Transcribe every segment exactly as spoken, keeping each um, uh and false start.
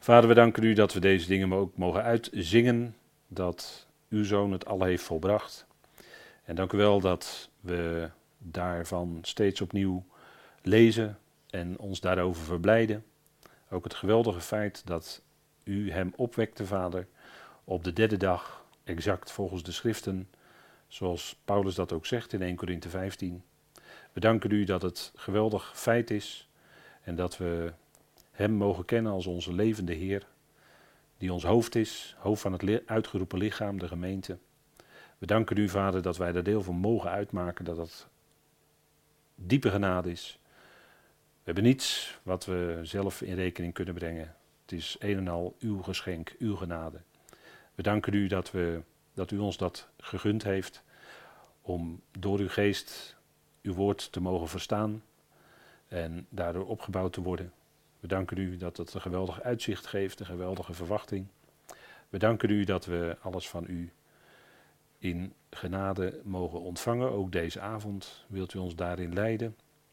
Vader, we danken u dat we deze dingen ook mogen uitzingen, dat uw Zoon het al heeft volbracht. En dank u wel dat we daarvan steeds opnieuw lezen en ons daarover verblijden. Ook het geweldige feit dat u hem opwekte, Vader, op de derde dag, exact volgens de schriften, zoals Paulus dat ook zegt in Eerste Korinthe vijftien. We danken u dat het geweldig feit is en dat we hem mogen kennen als onze levende Heer, die ons hoofd is, hoofd van het uitgeroepen lichaam, de gemeente. We danken u, Vader, dat wij daar deel van mogen uitmaken, dat het diepe genade is. We hebben niets wat we zelf in rekening kunnen brengen. Het is een en al uw geschenk, uw genade. We danken u dat, we, dat u ons dat gegund heeft om door uw geest uw woord te mogen verstaan en daardoor opgebouwd te worden. We danken u dat het een geweldig uitzicht geeft, een geweldige verwachting. We danken u dat we alles van u in genade mogen ontvangen, ook deze avond. Wilt u ons daarin leiden?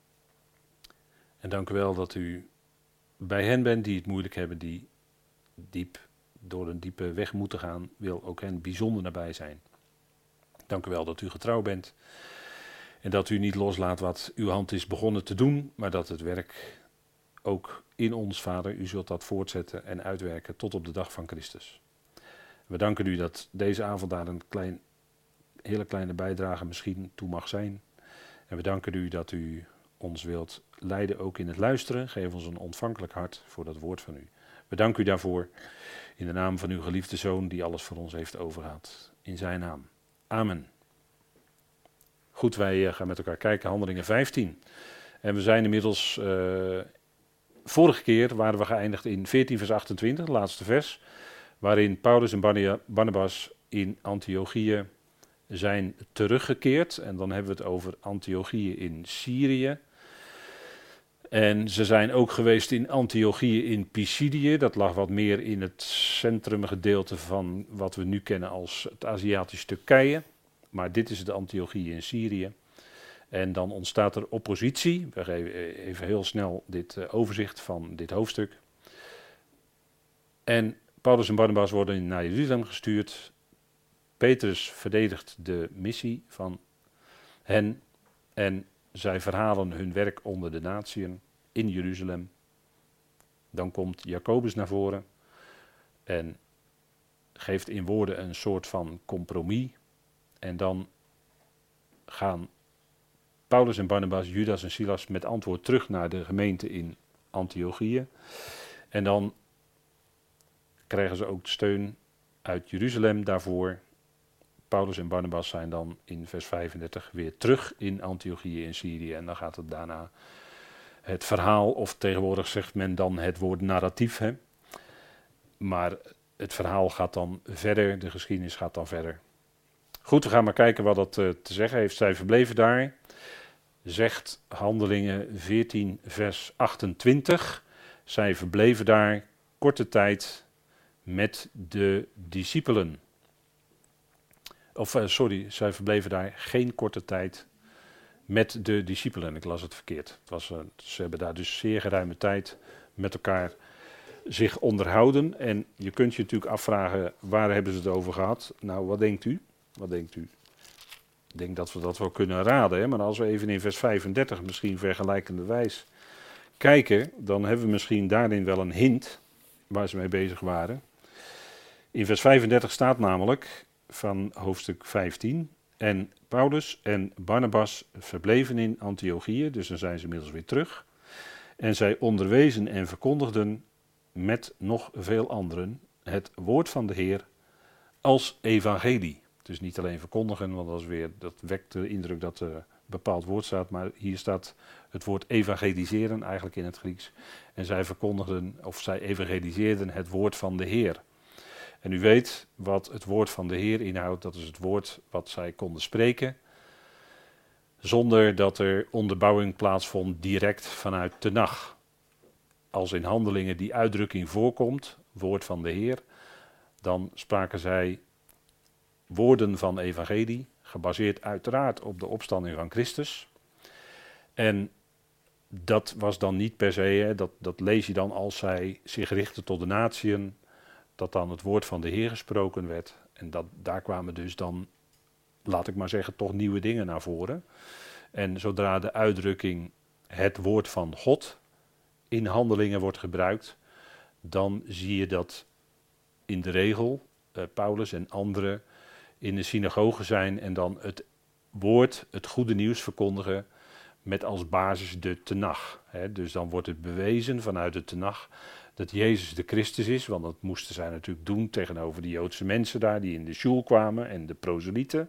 En dank u wel dat u bij hen bent die het moeilijk hebben, die diep door een diepe weg moeten gaan. Wil ook hen bijzonder nabij zijn. Dank u wel dat u getrouw bent en dat u niet loslaat wat uw hand is begonnen te doen, maar dat het werk ook in ons, Vader, u zult dat voortzetten en uitwerken tot op de dag van Christus. We danken u dat deze avond daar een klein, hele kleine bijdrage misschien toe mag zijn. En we danken u dat u ons wilt leiden ook in het luisteren. Geef ons een ontvankelijk hart voor dat woord van u. We danken u daarvoor in de naam van uw geliefde Zoon die alles voor ons heeft overgehad. In zijn naam. Amen. Goed, wij gaan met elkaar kijken, Handelingen vijftien. En we zijn inmiddels... Uh, Vorige keer waren we geëindigd in veertien vers achtentwintig, het laatste vers, waarin Paulus en Barnabas in Antiochië zijn teruggekeerd. En dan hebben we het over Antiochië in Syrië. En ze zijn ook geweest in Antiochië in Pisidië. Dat lag wat meer in het centrumgedeelte van wat we nu kennen als het Aziatische Turkije. Maar dit is de Antiochië in Syrië. En dan ontstaat er oppositie. We geven even heel snel dit uh, overzicht van dit hoofdstuk. En Paulus en Barnabas worden naar Jeruzalem gestuurd. Petrus verdedigt de missie van hen. En zij verhalen hun werk onder de natieën in Jeruzalem. Dan komt Jacobus naar voren. En geeft in woorden een soort van compromis. En dan gaan Paulus en Barnabas, Judas en Silas met antwoord terug naar de gemeente in Antiochië. En dan krijgen ze ook steun uit Jeruzalem daarvoor. Paulus en Barnabas zijn dan in vers vijfendertig weer terug in Antiochië in Syrië. En dan gaat het daarna het verhaal, of tegenwoordig zegt men dan het woord narratief. Hè? Maar het verhaal gaat dan verder, de geschiedenis gaat dan verder. Goed, we gaan maar kijken wat dat uh, te zeggen heeft. Zij verbleven daar. Zegt Handelingen veertien vers achtentwintig. Zij verbleven daar korte tijd met de discipelen. Of uh, sorry, zij verbleven daar geen korte tijd met de discipelen. Ik las het verkeerd. Het was, uh, ze hebben daar dus zeer geruime tijd met elkaar zich onderhouden. En je kunt je natuurlijk afvragen, waar hebben ze het over gehad? Nou, wat denkt u? Wat denkt u? Ik denk dat we dat wel kunnen raden. Hè? Maar als we even in vers vijfendertig misschien vergelijkenderwijs kijken, dan hebben we misschien daarin wel een hint waar ze mee bezig waren. In vers vijfendertig staat namelijk van hoofdstuk vijftien. En Paulus en Barnabas verbleven in Antiochië, dus dan zijn ze inmiddels weer terug. En zij onderwezen en verkondigden met nog veel anderen het woord van de Heer als evangelie. Dus niet alleen verkondigen, want dat, is weer, dat wekt de indruk dat er een bepaald woord staat. Maar hier staat het woord evangeliseren eigenlijk in het Grieks. En zij verkondigden, of zij evangeliseerden het woord van de Heer. En u weet wat het woord van de Heer inhoudt. Dat is het woord wat zij konden spreken. Zonder dat er onderbouwing plaatsvond direct vanuit de nacht. Als in Handelingen die uitdrukking voorkomt, woord van de Heer, dan spraken zij woorden van evangelie, gebaseerd uiteraard op de opstanding van Christus. En dat was dan niet per se, hè, dat, dat lees je dan als zij zich richten tot de natieën, dat dan het woord van de Heer gesproken werd. En dat, daar kwamen dus dan, laat ik maar zeggen, toch nieuwe dingen naar voren. En zodra de uitdrukking het woord van God in handelingen wordt gebruikt, dan zie je dat in de regel uh, Paulus en anderen in de synagoge zijn en dan het woord, het goede nieuws verkondigen met als basis de tenach. Hè. Dus dan wordt het bewezen vanuit de tenach dat Jezus de Christus is, want dat moesten zij natuurlijk doen tegenover de Joodse mensen daar die in de sjoel kwamen en de proselieten.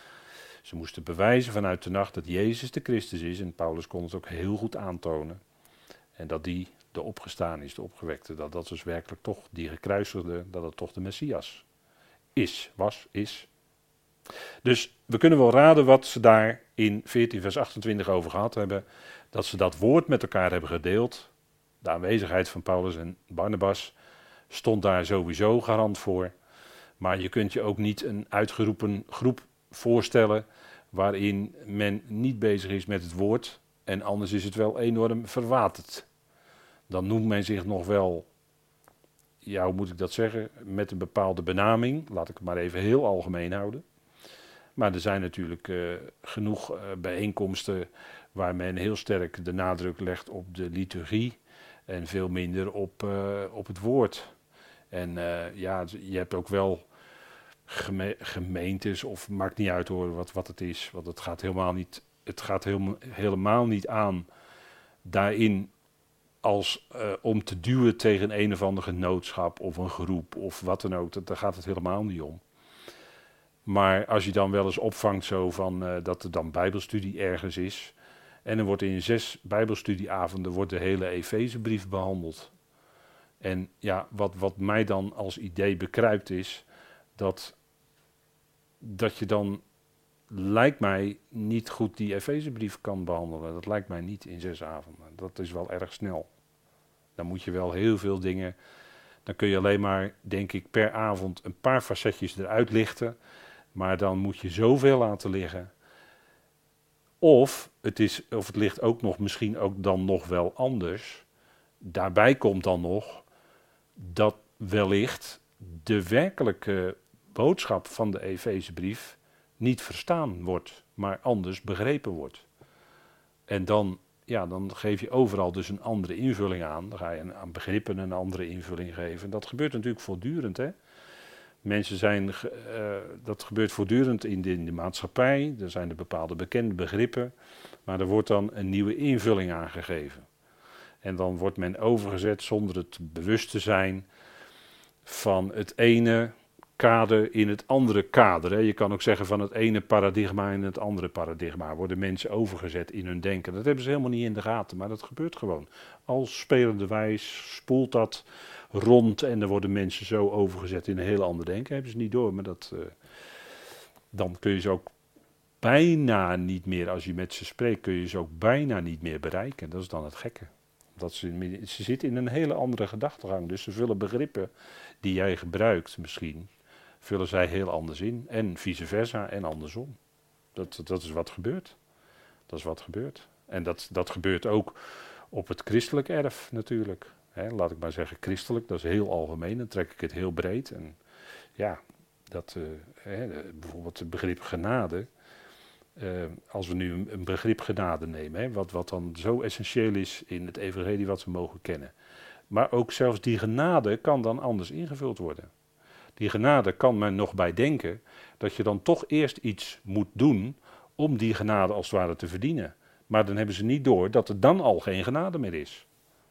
Ze moesten bewijzen vanuit de nacht dat Jezus de Christus is en Paulus kon het ook heel goed aantonen. En dat die de opgestaan is, de opgewekte, dat dat dus werkelijk toch die gekruisigde, dat het toch de Messias is, was, is. Dus we kunnen wel raden wat ze daar in veertien vers achtentwintig over gehad hebben, dat ze dat woord met elkaar hebben gedeeld. De aanwezigheid van Paulus en Barnabas stond daar sowieso garant voor. Maar je kunt je ook niet een uitgeroepen groep voorstellen waarin men niet bezig is met het woord en anders is het wel enorm verwaterd. Dan noemt men zich nog wel, ja hoe moet ik dat zeggen, met een bepaalde benaming, laat ik het maar even heel algemeen houden. Maar er zijn natuurlijk uh, genoeg uh, bijeenkomsten waar men heel sterk de nadruk legt op de liturgie en veel minder op, uh, op het woord. En uh, ja, je hebt ook wel geme- gemeentes, of maakt niet uit hoor wat, wat het is, want het gaat helemaal niet, het gaat helemaal, helemaal niet aan daarin als uh, om te duwen tegen een of ander genootschap of een groep of wat dan ook, dat, daar gaat het helemaal niet om. Maar als je dan wel eens opvangt zo van uh, dat er dan bijbelstudie ergens is en er wordt in zes bijbelstudieavonden wordt de hele Efezebrief behandeld. En ja, wat, wat mij dan als idee bekruipt is, dat, dat je dan, lijkt mij, niet goed die Efezebrief kan behandelen. Dat lijkt mij niet in zes avonden. Dat is wel erg snel. Dan moet je wel heel veel dingen, dan kun je alleen maar, denk ik, per avond een paar facetjes eruit lichten. Maar dan moet je zoveel laten liggen. Of het, is, of het ligt ook nog, misschien ook dan nog wel anders. Daarbij komt dan nog dat wellicht de werkelijke boodschap van de Efezebrief niet verstaan wordt, maar anders begrepen wordt. En dan, ja, dan geef je overal dus een andere invulling aan. Dan ga je aan begrippen een andere invulling geven. Dat gebeurt natuurlijk voortdurend, hè. Mensen zijn, uh, dat gebeurt voortdurend in de, in de maatschappij. Er zijn er bepaalde bekende begrippen, maar er wordt dan een nieuwe invulling aangegeven. En dan wordt men overgezet zonder het bewust te zijn van het ene kader in het andere kader. Hè. Je kan ook zeggen van het ene paradigma in het andere paradigma. Worden mensen overgezet in hun denken. Dat hebben ze helemaal niet in de gaten, maar dat gebeurt gewoon. Als spelende wijs spoelt dat rond en dan worden mensen zo overgezet in een heel ander denken. Hebben ze niet door, maar dat, uh, dan kun je ze ook bijna niet meer, als je met ze spreekt, kun je ze ook bijna niet meer bereiken. Dat is dan het gekke. Dat ze, ze zitten in een hele andere gedachtegang. Dus ze vullen begrippen die jij gebruikt misschien, vullen zij heel anders in. En vice versa en andersom. Dat, dat is wat gebeurt. Dat is wat gebeurt. En dat, dat gebeurt ook op het christelijk erf natuurlijk. He, laat ik maar zeggen christelijk, dat is heel algemeen. Dan trek ik het heel breed. En ja, dat, uh, he, bijvoorbeeld het begrip genade. Uh, als we nu een, een begrip genade nemen, hè, wat, wat dan zo essentieel is in het evangelie wat we mogen kennen. Maar ook zelfs die genade kan dan anders ingevuld worden. Die genade kan men nog bij denken dat je dan toch eerst iets moet doen om die genade als het ware te verdienen. Maar dan hebben ze niet door dat er dan al geen genade meer is.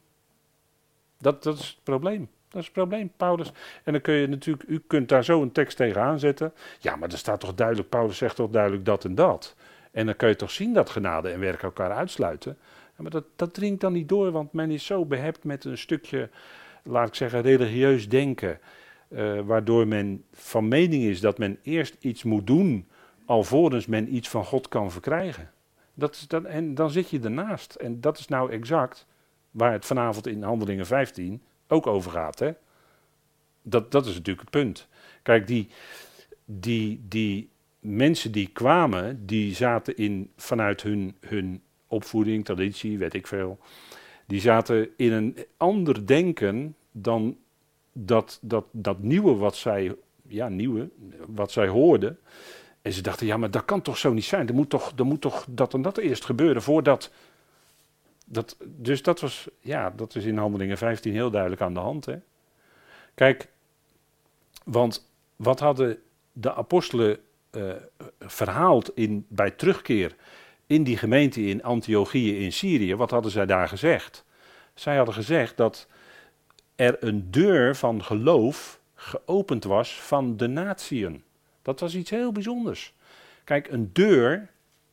Dat, dat is het probleem. Dat is het probleem, Paulus. En dan kun je natuurlijk, u kunt daar zo een tekst tegenaan zetten. Ja, maar er staat toch duidelijk, Paulus zegt toch duidelijk dat en dat. En dan kun je toch zien dat genade en werk elkaar uitsluiten. Ja, maar dat, dat dringt dan niet door, want men is zo behept met een stukje, laat ik zeggen, religieus denken. Uh, waardoor men van mening is dat men eerst iets moet doen, alvorens men iets van God kan verkrijgen. Dat is dan, en dan zit je ernaast. En dat is nou exact waar het vanavond in Handelingen vijftien ook over gaat. Hè? Dat, dat is natuurlijk het punt. Kijk, die, die, die mensen die kwamen, die zaten in, vanuit hun, hun opvoeding, traditie, weet ik veel. Die zaten in een ander denken dan dat, dat, dat nieuwe wat zij, ja, nieuwe, wat zij hoorden. En ze dachten, ja, maar dat kan toch zo niet zijn. Er moet toch, er moet toch dat en dat eerst gebeuren voordat... Dat, dus dat was, ja, dat is in Handelingen vijftien heel duidelijk aan de hand. Hè? Kijk, want wat hadden de apostelen uh, verhaald in, bij terugkeer in die gemeente in Antiochië in Syrië? Wat hadden zij daar gezegd? Zij hadden gezegd dat er een deur van geloof geopend was van de natieën. Dat was iets heel bijzonders. Kijk, een deur,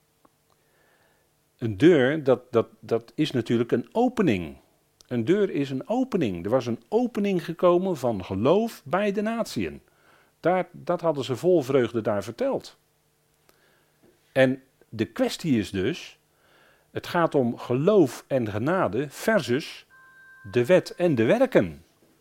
een deur, dat, dat, dat is natuurlijk een opening. Een deur is een opening. Er was een opening gekomen van geloof bij de natieën. Daar, dat hadden ze vol vreugde daar verteld. En de kwestie is dus, het gaat om geloof en genade versus de wet en de werken.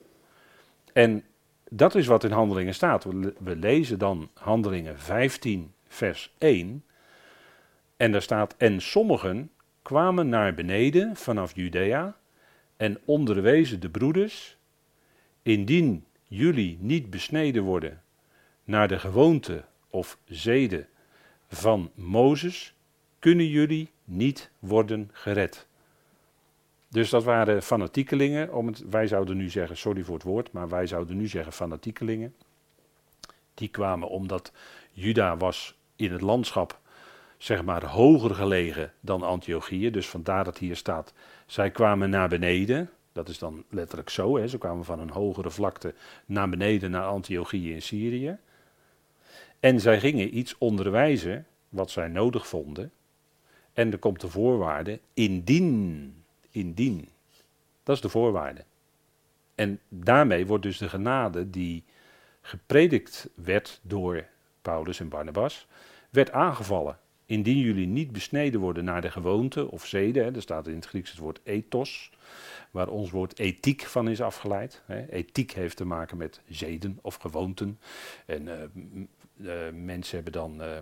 En dat is wat in Handelingen staat. We, we lezen dan Handelingen vijftien vers één. En daar staat, en sommigen kwamen naar beneden vanaf Judea en onderwezen de broeders, indien jullie niet besneden worden naar de gewoonte of zeden van Mozes, kunnen jullie niet worden gered. Dus dat waren fanatiekelingen, om het, wij zouden nu zeggen, sorry voor het woord, maar wij zouden nu zeggen fanatiekelingen. Die kwamen omdat Juda was in het landschap, zeg maar, hoger gelegen dan Antiochië. Dus vandaar dat hier staat, zij kwamen naar beneden. Dat is dan letterlijk zo, hè. Ze kwamen van een hogere vlakte naar beneden naar Antiochië in Syrië. En zij gingen iets onderwijzen wat zij nodig vonden. En er komt de voorwaarde, indien, indien. Dat is de voorwaarde. En daarmee wordt dus de genade die gepredikt werd door Paulus en Barnabas, werd aangevallen. Indien jullie niet besneden worden naar de gewoonte of zeden, hè, er staat in het Grieks het woord ethos, waar ons woord ethiek van is afgeleid. Hè. Ethiek heeft te maken met zeden of gewoonten. En uh, uh, mensen hebben dan, uh,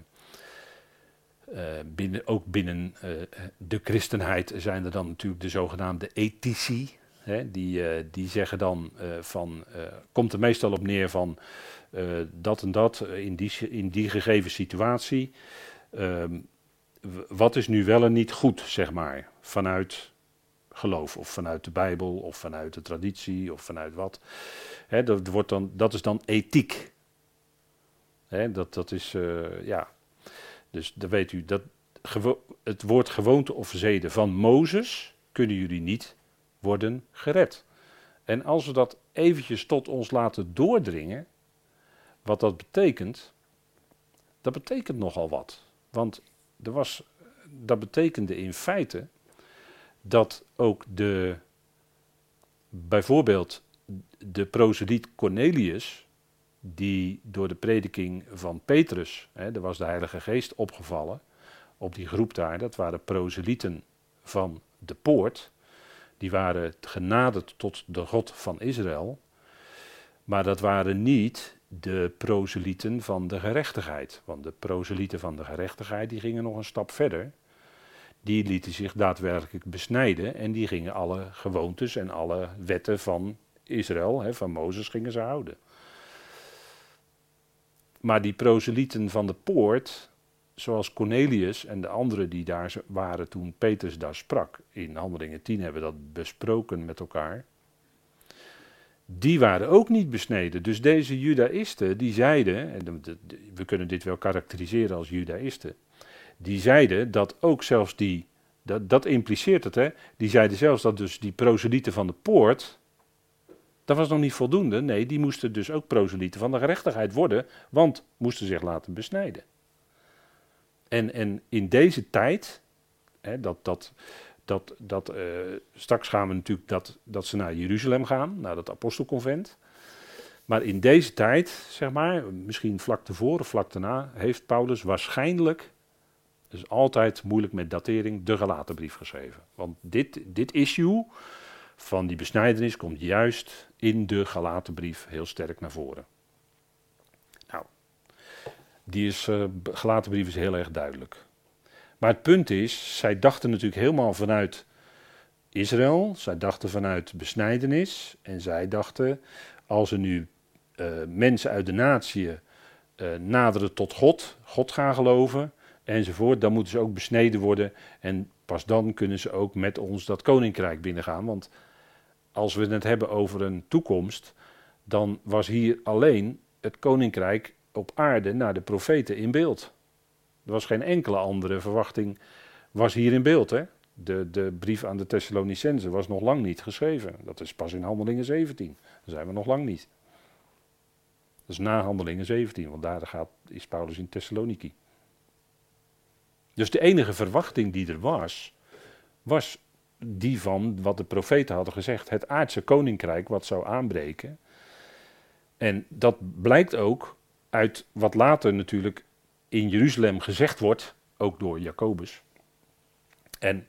uh, binnen, ook binnen uh, de christenheid zijn er dan natuurlijk de zogenaamde ethici. Hè, die, uh, die zeggen dan uh, van, uh, komt er meestal op neer van uh, dat en dat uh, in, die, in die gegeven situatie. Uh, wat is nu wel en niet goed, zeg maar, vanuit geloof of vanuit de Bijbel of vanuit de traditie of vanuit wat. Hè, dat, wordt dan, dat is dan ethiek. Hè, dat, dat is, uh, ja, dus dan weet u, dat gewo- het woord gewoonte of zeden van Mozes kunnen jullie niet worden gered. En als we dat eventjes tot ons laten doordringen, wat dat betekent, dat betekent nogal wat. Want er was, dat betekende in feite dat ook de, bijvoorbeeld de proseliet Cornelius, die door de prediking van Petrus, hè, er was de Heilige Geest opgevallen op die groep daar, dat waren proselieten van de poort, die waren genaderd tot de God van Israël, maar dat waren niet de proselieten van de gerechtigheid. Want de proselieten van de gerechtigheid die gingen nog een stap verder. Die lieten zich daadwerkelijk besnijden en die gingen alle gewoontes en alle wetten van Israël, hè, van Mozes, gingen ze houden. Maar die proselieten van de poort, zoals Cornelius en de anderen die daar waren toen Petrus daar sprak, in Handelingen tien hebben we dat besproken met elkaar, die waren ook niet besneden. Dus deze Judaïsten, die zeiden, en de, de, de, we kunnen dit wel karakteriseren als Judaïsten, die zeiden dat ook zelfs die, dat, dat impliceert het, hè, die zeiden zelfs dat dus die proselieten van de poort, dat was nog niet voldoende. Nee, die moesten dus ook proselieten van de gerechtigheid worden, want moesten zich laten besnijden. En, en in deze tijd, hè, dat, dat, dat, dat, uh, straks gaan we natuurlijk dat, dat ze naar Jeruzalem gaan, naar dat apostelconvent. Maar in deze tijd, zeg maar, misschien vlak tevoren of vlak daarna, heeft Paulus waarschijnlijk, het is altijd moeilijk met datering, de Galatenbrief geschreven. Want dit, dit issue van die besnijdenis komt juist in de Galatenbrief heel sterk naar voren. Nou, die is, uh, Galatenbrief is heel erg duidelijk. Maar het punt is, zij dachten natuurlijk helemaal vanuit Israël. Zij dachten vanuit besnijdenis. En zij dachten, als er nu uh, mensen uit de natie uh, naderen tot God, God gaan geloven enzovoort, dan moeten ze ook besneden worden. En pas dan kunnen ze ook met ons dat koninkrijk binnengaan. Want als we het hebben over een toekomst, dan was hier alleen het koninkrijk op aarde naar de profeten in beeld. Er was geen enkele andere verwachting, was hier in beeld. Hè? De, de brief aan de Thessalonicenzen was nog lang niet geschreven. Dat is pas in Handelingen zeventien. Daar zijn we nog lang niet. Dat is na Handelingen zeventien, want daar gaat, is Paulus in Thessaloniki. Dus de enige verwachting die er was, was die van wat de profeten hadden gezegd. Het aardse koninkrijk wat zou aanbreken. En dat blijkt ook uit wat later natuurlijk in Jeruzalem gezegd wordt, ook door Jacobus. En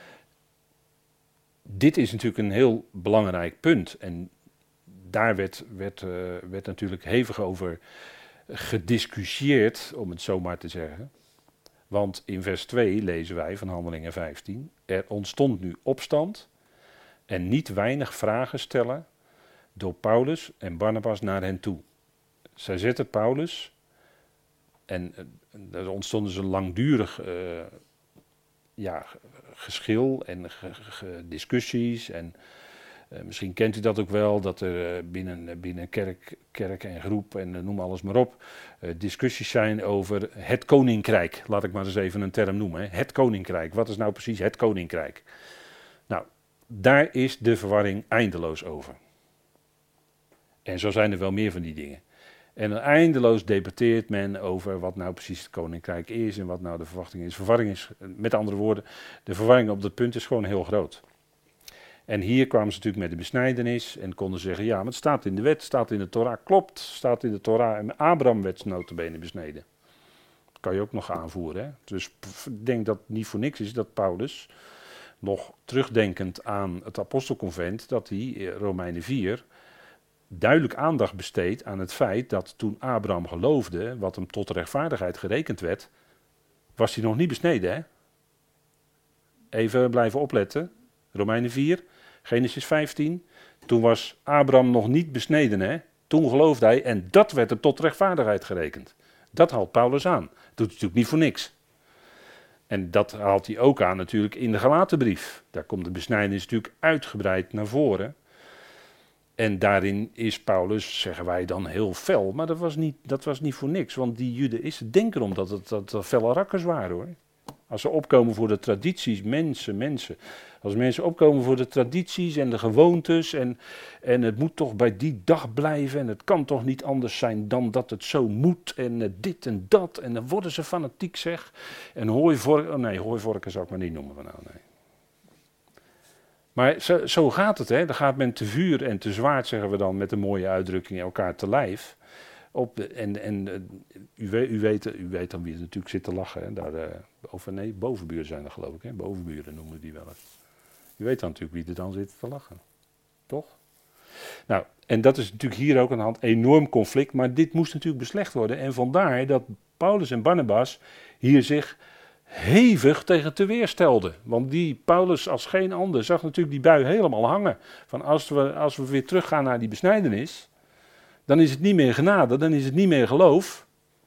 dit is natuurlijk een heel belangrijk punt. En daar werd, werd, uh, werd natuurlijk hevig over gediscussieerd, om het zo maar te zeggen. Want in vers twee lezen wij van Handelingen vijftien, er ontstond nu opstand en niet weinig vragen stellen door Paulus en Barnabas naar hen toe. Zij zetten Paulus en uh, er ontstond dus een langdurig uh, ja, geschil en ge, ge, discussies. En uh, misschien kent u dat ook wel, dat er uh, binnen, binnen kerk, kerk en groep en uh, noem alles maar op, uh, discussies zijn over het koninkrijk. Laat ik maar eens even een term noemen. Hè. Het koninkrijk. Wat is nou precies het koninkrijk? Nou, daar is de verwarring eindeloos over. En zo zijn er wel meer van die dingen. En eindeloos debatteert men over wat nou precies het koninkrijk is en wat nou de verwachting is. Verwarring is, met andere woorden, de verwarring op dat punt is gewoon heel groot. En hier kwamen ze natuurlijk met de besnijdenis en konden zeggen, ja, maar het staat in de wet, het staat in de Torah, klopt, het staat in de Torah en Abraham werd nota bene besneden. Dat kan je ook nog aanvoeren. Hè? Dus ik denk dat het niet voor niks is dat Paulus, nog terugdenkend aan het apostelconvent, dat hij, Romeinen vier, duidelijk aandacht besteedt aan het feit dat toen Abraham geloofde, wat hem tot rechtvaardigheid gerekend werd, was hij nog niet besneden. Hè? Even blijven opletten. Romeinen vier, Genesis vijftien. Toen was Abraham nog niet besneden. Hè? Toen geloofde hij en dat werd hem tot rechtvaardigheid gerekend. Dat haalt Paulus aan. Dat doet hij natuurlijk niet voor niks. En dat haalt hij ook aan natuurlijk in de Galatenbrief. Daar komt de besnijdenis natuurlijk uitgebreid naar voren. En daarin is Paulus, zeggen wij dan, heel fel. Maar dat was niet, dat was niet voor niks. Want die Judaïsten denken erom dat het dat, dat felle rakkers waren, hoor. Als ze opkomen voor de tradities, mensen, mensen. Als mensen opkomen voor de tradities en de gewoontes. En, en het moet toch bij die dag blijven. En het kan toch niet anders zijn dan dat het zo moet. En uh, dit en dat. En dan worden ze fanatiek, zeg. En hooivorken, oh nee, hooivorken zou ik maar niet noemen. Nou, nee. Maar zo, zo gaat het, hè. Dan gaat men te vuur en te zwaard, zeggen we dan met een mooie uitdrukking, elkaar te lijf. Op, en en u, weet, u, weet, u weet dan wie er natuurlijk zit te lachen. Hè. Daar, uh, over, nee, bovenburen zijn er geloof ik. Hè. Bovenburen noemen die wel eens. U weet dan natuurlijk wie er dan zit te lachen. Toch? Nou, en dat is natuurlijk hier ook aan de hand. Enorm conflict, maar dit moest natuurlijk beslecht worden. En vandaar dat Paulus en Barnabas hier zich hevig tegen te weerstelden. Want die Paulus als geen ander zag natuurlijk die bui helemaal hangen. Van als we, als we weer teruggaan naar die besnijdenis, dan is het niet meer genade, dan is het niet meer geloof.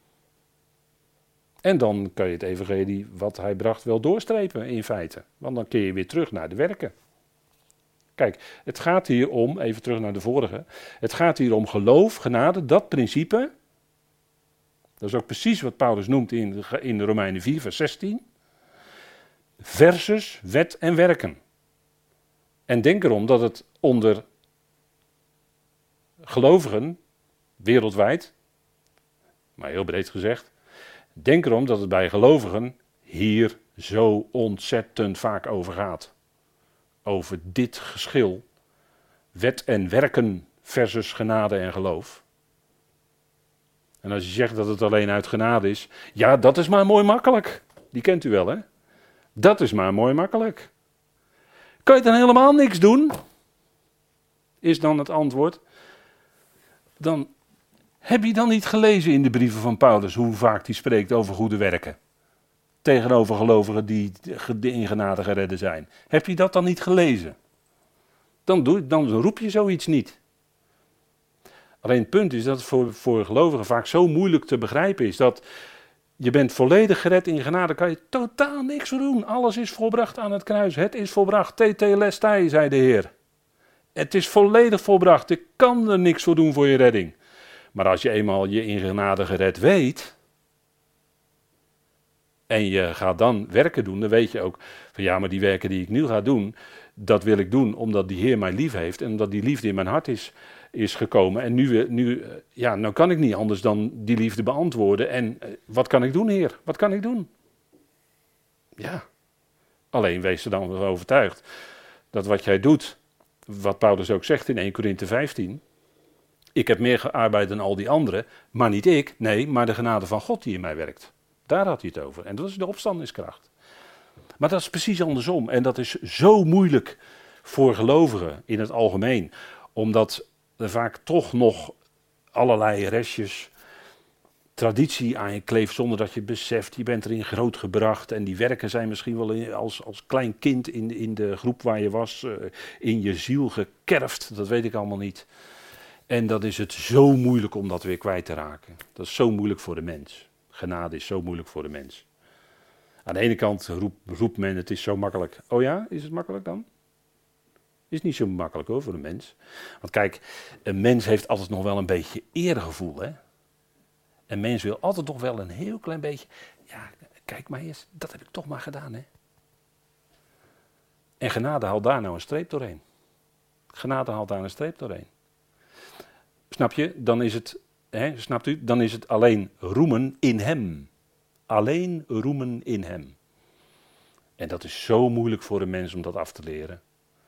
En dan kan je het evangelie wat hij bracht wel doorstrepen in feite. Want dan keer je weer terug naar de werken. Kijk, het gaat hier om, even terug naar de vorige, het gaat hier om geloof, genade, dat principe. Dat is ook precies wat Paulus noemt in, in Romeinen vier, vers zestien. Versus wet en werken. En denk erom dat het onder gelovigen, wereldwijd, maar heel breed gezegd, denk erom dat het bij gelovigen hier zo ontzettend vaak over gaat. Over dit geschil, wet en werken versus genade en geloof. En als je zegt dat het alleen uit genade is, ja, dat is maar mooi makkelijk. Die kent u wel, hè? Dat is maar mooi makkelijk. Kan je dan helemaal niks doen? Is dan het antwoord. Dan heb je dan niet gelezen in de brieven van Paulus hoe vaak hij spreekt over goede werken. tegenover gelovigen die in genade geredden zijn. Heb je dat dan niet gelezen? Dan, doe, dan roep je zoiets niet. Alleen het punt is dat het voor, voor gelovigen vaak zo moeilijk te begrijpen is, dat je bent volledig gered in genade, kan je totaal niks voor doen. Alles is volbracht aan het kruis. Het is volbracht. Tetelestai, zei de Heer. Het is volledig volbracht. Ik kan er niks voor doen voor je redding. Maar als je eenmaal je in genade gered weet, en je gaat dan werken doen, dan weet je ook van ja, maar die werken die ik nu ga doen, dat wil ik doen omdat die Heer mij lief heeft en omdat die liefde in mijn hart is, is gekomen. En nu, nu, ja, nou kan ik niet anders dan die liefde beantwoorden. En wat kan ik doen, Heer? Wat kan ik doen? Ja, alleen wees er dan van overtuigd dat wat jij doet, wat Paulus ook zegt in Eerste Korinthe vijftien, ik heb meer gearbeid dan al die anderen, maar niet ik, nee, maar de genade van God die in mij werkt. Daar had hij het over. En dat is de opstandingskracht. Maar dat is precies andersom. En dat is zo moeilijk voor gelovigen in het algemeen. Omdat er vaak toch nog allerlei restjes traditie aan je kleeft zonder dat je het beseft. Je bent erin grootgebracht en die werken zijn misschien wel in, als, als klein kind in, in de groep waar je was, uh, in je ziel gekerfd. Dat weet ik allemaal niet. En dat is het zo moeilijk om dat weer kwijt te raken. Dat is zo moeilijk voor de mens. Genade is zo moeilijk voor de mens. Aan de ene kant roept, roept men, het is zo makkelijk. Oh ja, is het makkelijk dan? Is niet zo makkelijk hoor, voor de mens. Want kijk, een mens heeft altijd nog wel een beetje eergevoel, hè. Een mens wil altijd nog wel een heel klein beetje, ja, kijk maar eens, dat heb ik toch maar gedaan, hè. En genade haalt daar nou een streep doorheen. Genade haalt daar een streep doorheen. Snap je? Dan is het, hè, snapt u? Dan is het alleen roemen in hem. Alleen roemen in hem. En dat is zo moeilijk voor een mens om dat af te leren.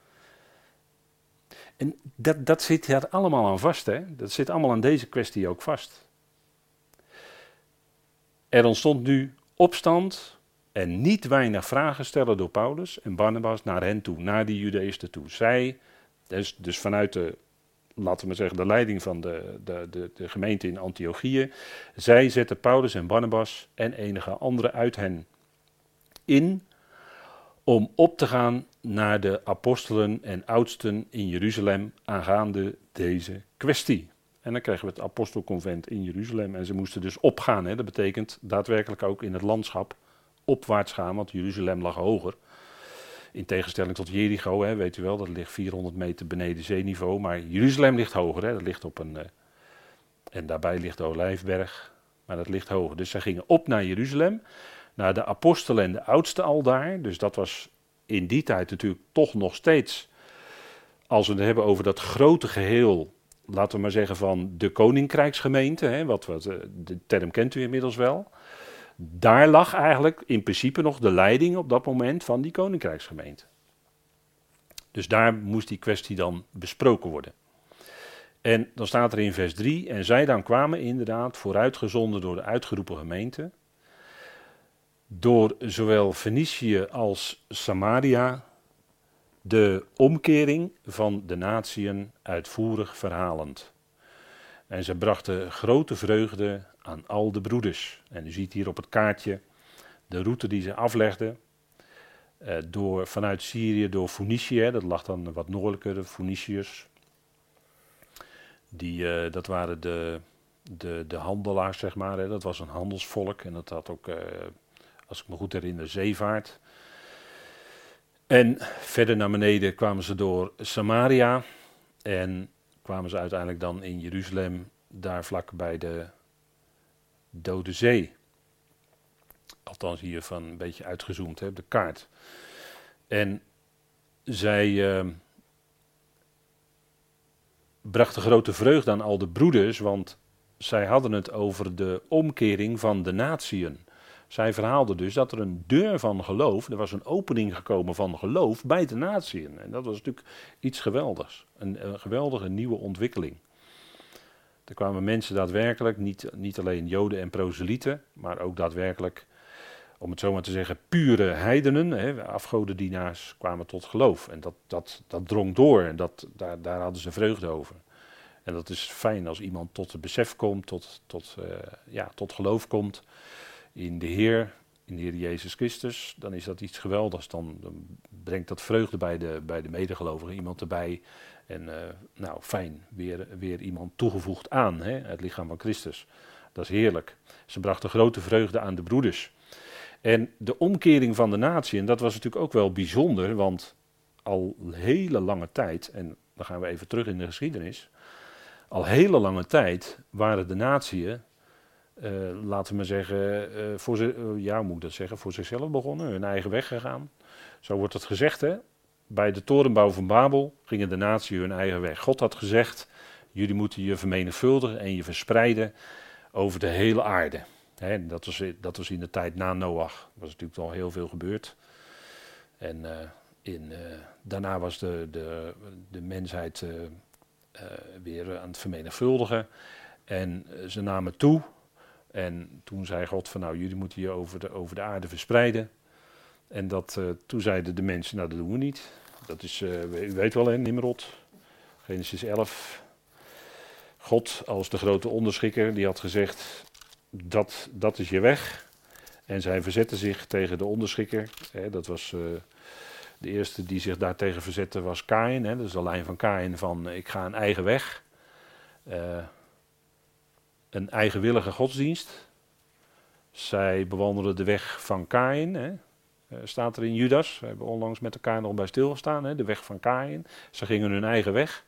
En dat, dat zit er allemaal aan vast, hè? Dat zit allemaal aan deze kwestie ook vast. Er ontstond nu opstand en niet weinig vragen stellen door Paulus en Barnabas naar hen toe, naar die Judeësten toe. Zij, dus, dus vanuit de, laten we maar zeggen, de leiding van de, de, de, de gemeente in Antiochië, zij zetten Paulus en Barnabas en enige anderen uit hen in om op te gaan naar de apostelen en oudsten in Jeruzalem aangaande deze kwestie. En dan kregen we het apostelconvent in Jeruzalem en ze moesten dus opgaan. Hè. Dat betekent daadwerkelijk ook in het landschap opwaarts gaan, want Jeruzalem lag hoger. In tegenstelling tot Jericho, hè, weet u wel, dat ligt vierhonderd meter beneden zeeniveau. Maar Jeruzalem ligt hoger, hè, dat ligt op een... Uh, en daarbij ligt de Olijfberg, maar dat ligt hoger. Dus zij gingen op naar Jeruzalem, naar de apostelen en de oudsten al daar. Dus dat was in die tijd natuurlijk toch nog steeds, als we het hebben over dat grote geheel, laten we maar zeggen van de koninkrijksgemeente, hè, wat, wat, de term kent u inmiddels wel. Daar lag eigenlijk in principe nog de leiding op dat moment van die koninkrijksgemeente. Dus daar moest die kwestie dan besproken worden. En dan staat er in vers drie, en zij dan kwamen inderdaad vooruitgezonden door de uitgeroepen gemeente, door zowel Fenicië als Samaria, de omkering van de natieën uitvoerig verhalend. En ze brachten grote vreugde aan al de broeders. En u ziet hier op het kaartje de route die ze aflegden. Eh, door, vanuit Syrië door Phoenicië, dat lag dan wat noordelijker, de Phoeniciërs. Die, uh, dat waren de, de, de handelaars, zeg maar. Hè. Dat was een handelsvolk en dat had ook, uh, als ik me goed herinner, zeevaart. En verder naar beneden kwamen ze door Samaria en kwamen ze uiteindelijk dan in Jeruzalem, daar vlak bij de Dode Zee. Althans hier van een beetje uitgezoomd, hè, op de kaart. En zij uh, brachten grote vreugde aan al de broeders, want zij hadden het over de omkering van de natieën. Zij verhaalden dus dat er een deur van geloof, er was een opening gekomen van geloof bij de natieën. En dat was natuurlijk iets geweldigs, een, een geweldige nieuwe ontwikkeling. Er kwamen mensen daadwerkelijk, niet, niet alleen Joden en proselieten, maar ook daadwerkelijk, om het zo maar te zeggen, pure heidenen, hè, afgodendienaars, kwamen tot geloof. En dat, dat, dat drong door en dat, daar, daar hadden ze vreugde over. En dat is fijn als iemand tot het besef komt, tot, tot, uh, ja, tot geloof komt in de Heer in de Heer Jezus Christus, dan is dat iets geweldigs. Dan, dan brengt dat vreugde bij de, bij de medegelovigen, iemand erbij. En uh, nou, fijn, weer, weer iemand toegevoegd aan, hè, het lichaam van Christus. Dat is heerlijk. Ze brachten grote vreugde aan de broeders. En de omkering van de natie, en dat was natuurlijk ook wel bijzonder, want al hele lange tijd, en dan gaan we even terug in de geschiedenis, al hele lange tijd waren de natieën, uh, laten we maar zeggen, uh, voor, ze, uh, ja, hoe moet ik dat zeggen, voor zichzelf begonnen, hun eigen weg gegaan. Zo wordt het gezegd, hè. Bij de torenbouw van Babel gingen de natie hun eigen weg. God had gezegd, jullie moeten je vermenigvuldigen en je verspreiden over de hele aarde. He, dat, was, dat was in de tijd na Noach. Er was natuurlijk al heel veel gebeurd. En uh, in, uh, daarna was de, de, de mensheid uh, uh, weer aan het vermenigvuldigen. En uh, ze namen toe. En toen zei God van nou, jullie moeten je over de, over de aarde verspreiden. En dat, uh, toen zeiden de mensen, nou dat doen we niet. Dat is, uh, u weet wel hè, Nimrod, Genesis elf. God als de grote onderschikker, die had gezegd, dat, dat is je weg. En zij verzetten zich tegen de onderschikker. Hè, dat was uh, de eerste die zich daartegen verzette was Kaïn. Hè, dat is de lijn van Kaïn van ik ga een eigen weg. Uh, een eigenwillige godsdienst. Zij bewandelen de weg van Kaïn. Hè. Uh, staat er in Judas. We hebben onlangs met elkaar nog bij stilgestaan. Hè, de weg van Kaïn. Ze gingen hun eigen weg.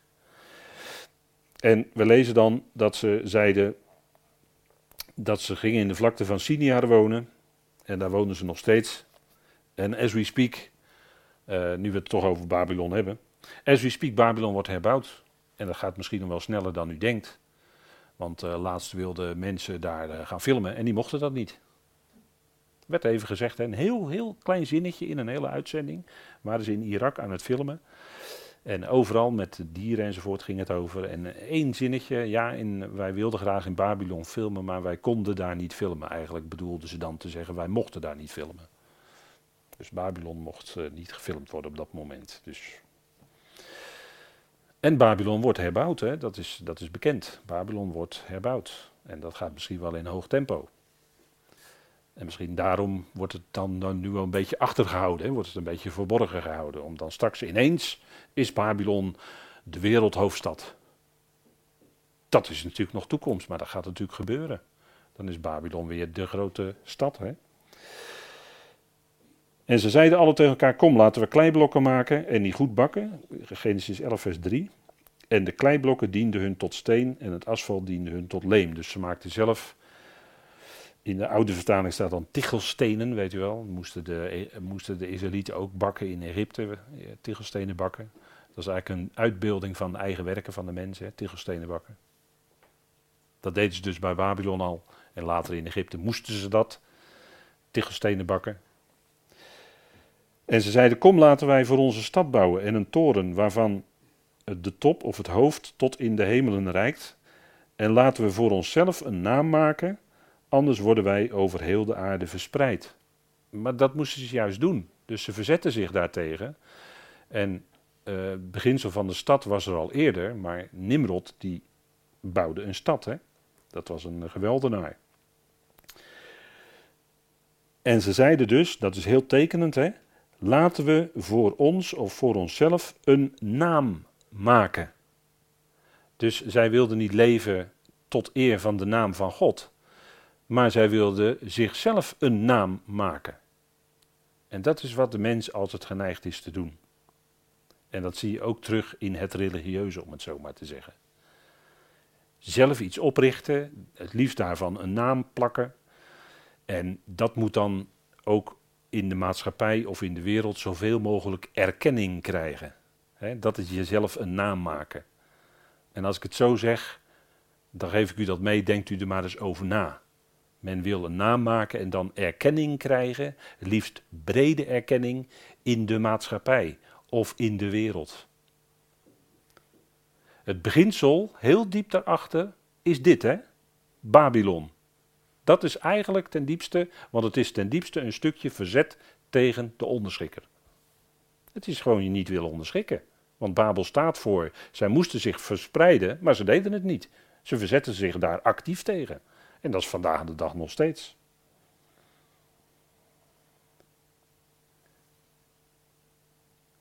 En we lezen dan dat ze zeiden dat ze gingen in de vlakte van Siniar wonen. En daar wonen ze nog steeds. En as we speak, uh, nu we het toch over Babylon hebben. As we speak, Babylon wordt herbouwd. En dat gaat misschien nog wel sneller dan u denkt. Want uh, laatst wilden mensen daar uh, gaan filmen en die mochten dat niet. Werd even gezegd, een heel, heel klein zinnetje in een hele uitzending. Waren ze in Irak aan het filmen. En overal met de dieren enzovoort ging het over. En één zinnetje, ja, in, wij wilden graag in Babylon filmen, maar wij konden daar niet filmen. Eigenlijk bedoelden ze dan te zeggen, wij mochten daar niet filmen. Dus Babylon mocht uh, niet gefilmd worden op dat moment. Dus. En Babylon wordt herbouwd, hè? Dat is, dat is bekend. Babylon wordt herbouwd. En dat gaat misschien wel in hoog tempo. En misschien daarom wordt het dan, dan nu wel een beetje achtergehouden, hè? Wordt het een beetje verborgen gehouden. Om dan straks ineens is Babylon de wereldhoofdstad. Dat is natuurlijk nog toekomst, maar dat gaat natuurlijk gebeuren. Dan is Babylon weer de grote stad. Hè? En ze zeiden alle tegen elkaar, kom laten we kleiblokken maken en die goed bakken. Genesis elf vers drie. En de kleiblokken dienden hun tot steen en het asfalt diende hun tot leem. Dus ze maakten zelf, in de oude vertaling staat dan tichelstenen, weet u wel. Moesten de, moesten de Israëlieten ook bakken in Egypte, tichelstenen bakken. Dat is eigenlijk een uitbeelding van de eigen werken van de mensen, hè, tichelstenen bakken. Dat deden ze dus bij Babylon al. En later in Egypte moesten ze dat, tichelstenen bakken. En ze zeiden, kom laten wij voor onze stad bouwen en een toren waarvan de top of het hoofd tot in de hemelen reikt. En laten we voor onszelf een naam maken, anders worden wij over heel de aarde verspreid. Maar dat moesten ze juist doen. Dus ze verzetten zich daartegen. En uh, het beginsel van de stad was er al eerder, maar Nimrod die bouwde een stad. Hè? Dat was een geweldenaar. En ze zeiden dus, dat is heel tekenend, hè, laten we voor ons of voor onszelf een naam maken. Dus zij wilden niet leven tot eer van de naam van God, maar zij wilden zichzelf een naam maken. En dat is wat de mens altijd geneigd is te doen. En dat zie je ook terug in het religieuze, om het zo maar te zeggen. Zelf iets oprichten, het liefst daarvan een naam plakken. En dat moet dan ook in de maatschappij of in de wereld zoveel mogelijk erkenning krijgen. He, dat is jezelf een naam maken. En als ik het zo zeg, dan geef ik u dat mee, denkt u er maar eens over na. Men wil een naam maken en dan erkenning krijgen, liefst brede erkenning in de maatschappij of in de wereld. Het beginsel, heel diep daarachter, is dit, hè? Babylon. Dat is eigenlijk ten diepste, want het is ten diepste een stukje verzet tegen de onderschikker. Het is gewoon je niet willen onderschikken. Want Babel staat voor, zij moesten zich verspreiden, maar ze deden het niet. Ze verzetten zich daar actief tegen. En dat is vandaag de dag nog steeds.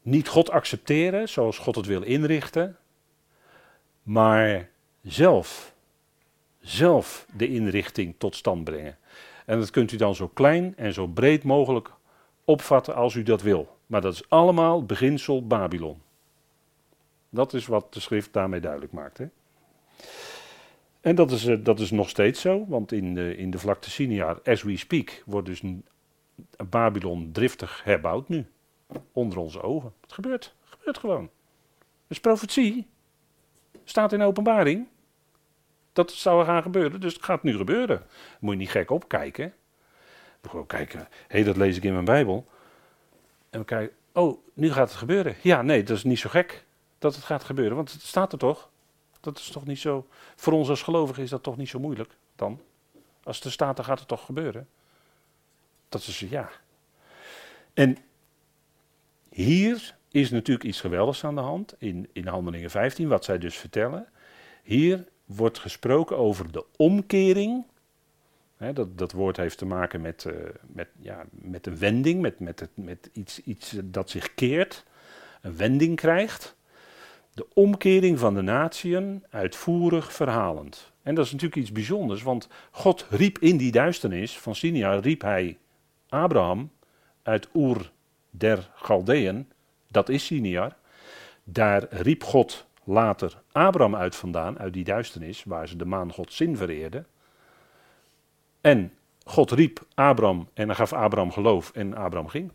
niet God accepteren zoals God het wil inrichten, maar zelf, zelf de inrichting tot stand brengen. En dat kunt u dan zo klein en zo breed mogelijk opvatten als u dat wil. Maar dat is allemaal beginsel Babylon. Dat is wat de schrift daarmee duidelijk maakt. Hè? En dat is, uh, dat is nog steeds zo, want in de, in de vlakte Siniar, as we speak, wordt dus een, een Babylon driftig herbouwd nu. Onder onze ogen. Het gebeurt. Het gebeurt gewoon. Het is profetie. Staat in openbaring. Dat zou gaan gebeuren, dus het gaat nu gebeuren. Moet je niet gek opkijken. We gewoon kijken, hé, hey, dat lees ik in mijn Bijbel. En we kijken, oh, nu gaat het gebeuren. Ja, nee, dat is niet zo gek dat het gaat gebeuren, want het staat er toch. Dat is toch niet zo, voor ons als gelovigen is dat toch niet zo moeilijk dan. Als het er staat, dan gaat het toch gebeuren. Dat is ja. En hier is natuurlijk iets geweldigs aan de hand, in, in Handelingen vijftien, wat zij dus vertellen. Hier wordt gesproken over de omkering. He, dat, dat woord heeft te maken met, uh, met, ja, met een wending, met, met, het, met iets, iets dat zich keert, een wending krijgt. De omkering van de natieën, uitvoerig verhalend. En dat is natuurlijk iets bijzonders, want God riep in die duisternis van Siniar, riep hij Abraham uit Oer der Galdeën, dat is Siniar. Daar riep God later Abraham uit vandaan, uit die duisternis, waar ze de maan Gods zin vereerden. En God riep Abraham en dan gaf Abraham geloof en Abraham ging.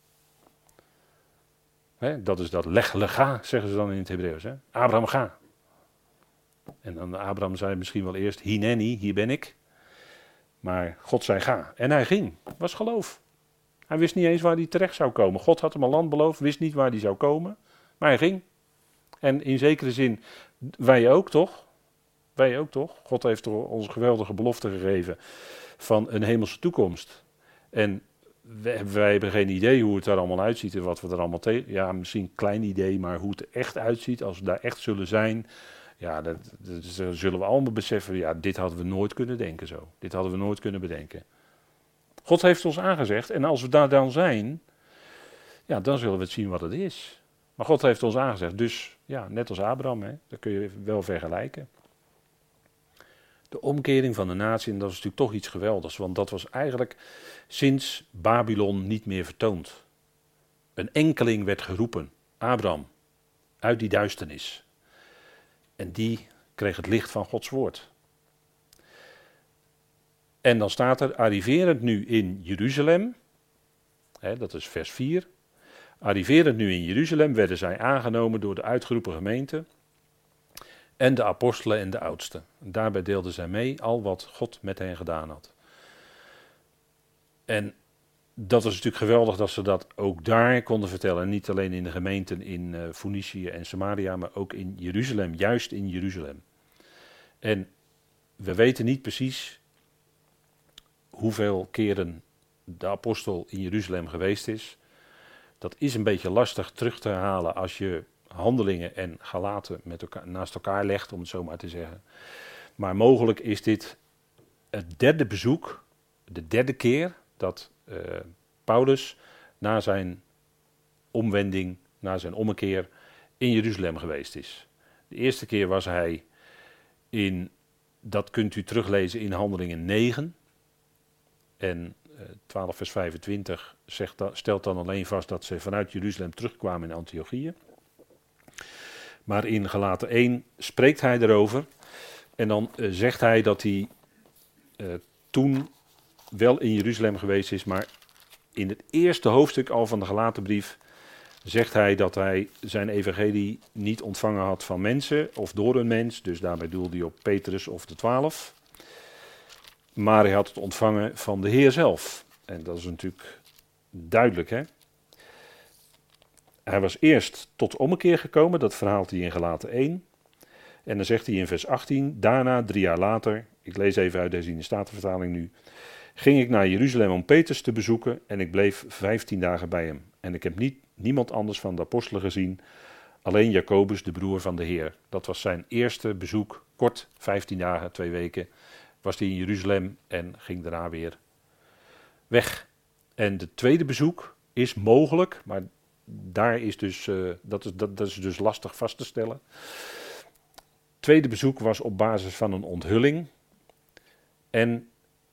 He, dat is dat leg lega, zeggen ze dan in het Hebreeuws. He. Abraham ga. En dan Abraham zei misschien wel eerst, hineni, hier ben ik. Maar God zei ga. En hij ging. Was geloof. Hij wist niet eens waar hij terecht zou komen. God had hem een land beloofd, wist niet waar hij zou komen. Maar hij ging. En in zekere zin, wij ook toch? Wij ook toch? God heeft ons geweldige belofte gegeven van een hemelse toekomst. En wij, wij hebben geen idee hoe het er allemaal uitziet en wat we er allemaal tegen... Ja, misschien een klein idee, maar hoe het er echt uitziet, als we daar echt zullen zijn... Ja, dat, dat zullen we allemaal beseffen, ja, dit hadden we nooit kunnen denken zo. Dit hadden we nooit kunnen bedenken. God heeft ons aangezegd en als we daar dan zijn, ja, dan zullen we het zien wat het is. Maar God heeft ons aangezegd, dus ja, net als Abraham, hè, dat kun je wel vergelijken. De omkering van de natie, en dat is natuurlijk toch iets geweldigs, want dat was eigenlijk sinds Babylon niet meer vertoond. Een enkeling werd geroepen, Abraham, uit die duisternis. En die kreeg het licht van Gods woord. En dan staat er, arriverend nu in Jeruzalem, hè, dat is vers vier. Arriverend nu in Jeruzalem werden zij aangenomen door de uitgeroepen gemeente en de apostelen en de oudsten. En daarbij deelden zij mee al wat God met hen gedaan had. En dat was natuurlijk geweldig dat ze dat ook daar konden vertellen. Niet alleen in de gemeenten in uh, Phoenicië en Samaria, maar ook in Jeruzalem, juist in Jeruzalem. En we weten niet precies hoeveel keren de apostel in Jeruzalem geweest is. Dat is een beetje lastig terug te halen als je Handelingen en Galaten met elkaar, naast elkaar legt, om het zo maar te zeggen. Maar mogelijk is dit het derde bezoek, de derde keer dat uh, Paulus na zijn omwending, na zijn ommekeer in Jeruzalem geweest is. De eerste keer was hij in, dat kunt u teruglezen in Handelingen negen. En uh, twaalf vers vijfentwintig zegt da, stelt dan alleen vast dat ze vanuit Jeruzalem terugkwamen in Antiochië. Maar in Galaten één spreekt hij erover. En dan uh, zegt hij dat hij uh, toen wel in Jeruzalem geweest is, maar in het eerste hoofdstuk al van de Galatenbrief zegt hij dat hij zijn evangelie niet ontvangen had van mensen of door een mens. Dus daarbij doelde hij op Petrus of de twaalf. Maar hij had het ontvangen van de Heer zelf. En dat is natuurlijk duidelijk, hè. Hij was eerst tot ommekeer gekomen, dat verhaalt hij in Galaten één. En dan zegt hij in vers achttien, daarna, drie jaar later, ik lees even uit deze Statenvertaling nu, ging ik naar Jeruzalem om Petrus te bezoeken en ik bleef vijftien dagen bij hem. En ik heb niet, niemand anders van de apostelen gezien, alleen Jacobus, de broer van de Heer. Dat was zijn eerste bezoek, kort, vijftien dagen, twee weken, was hij in Jeruzalem en ging daarna weer weg. En de tweede bezoek is mogelijk, maar daar is dus, uh, dat, is, dat, dat is dus lastig vast te stellen. Het tweede bezoek was op basis van een onthulling. En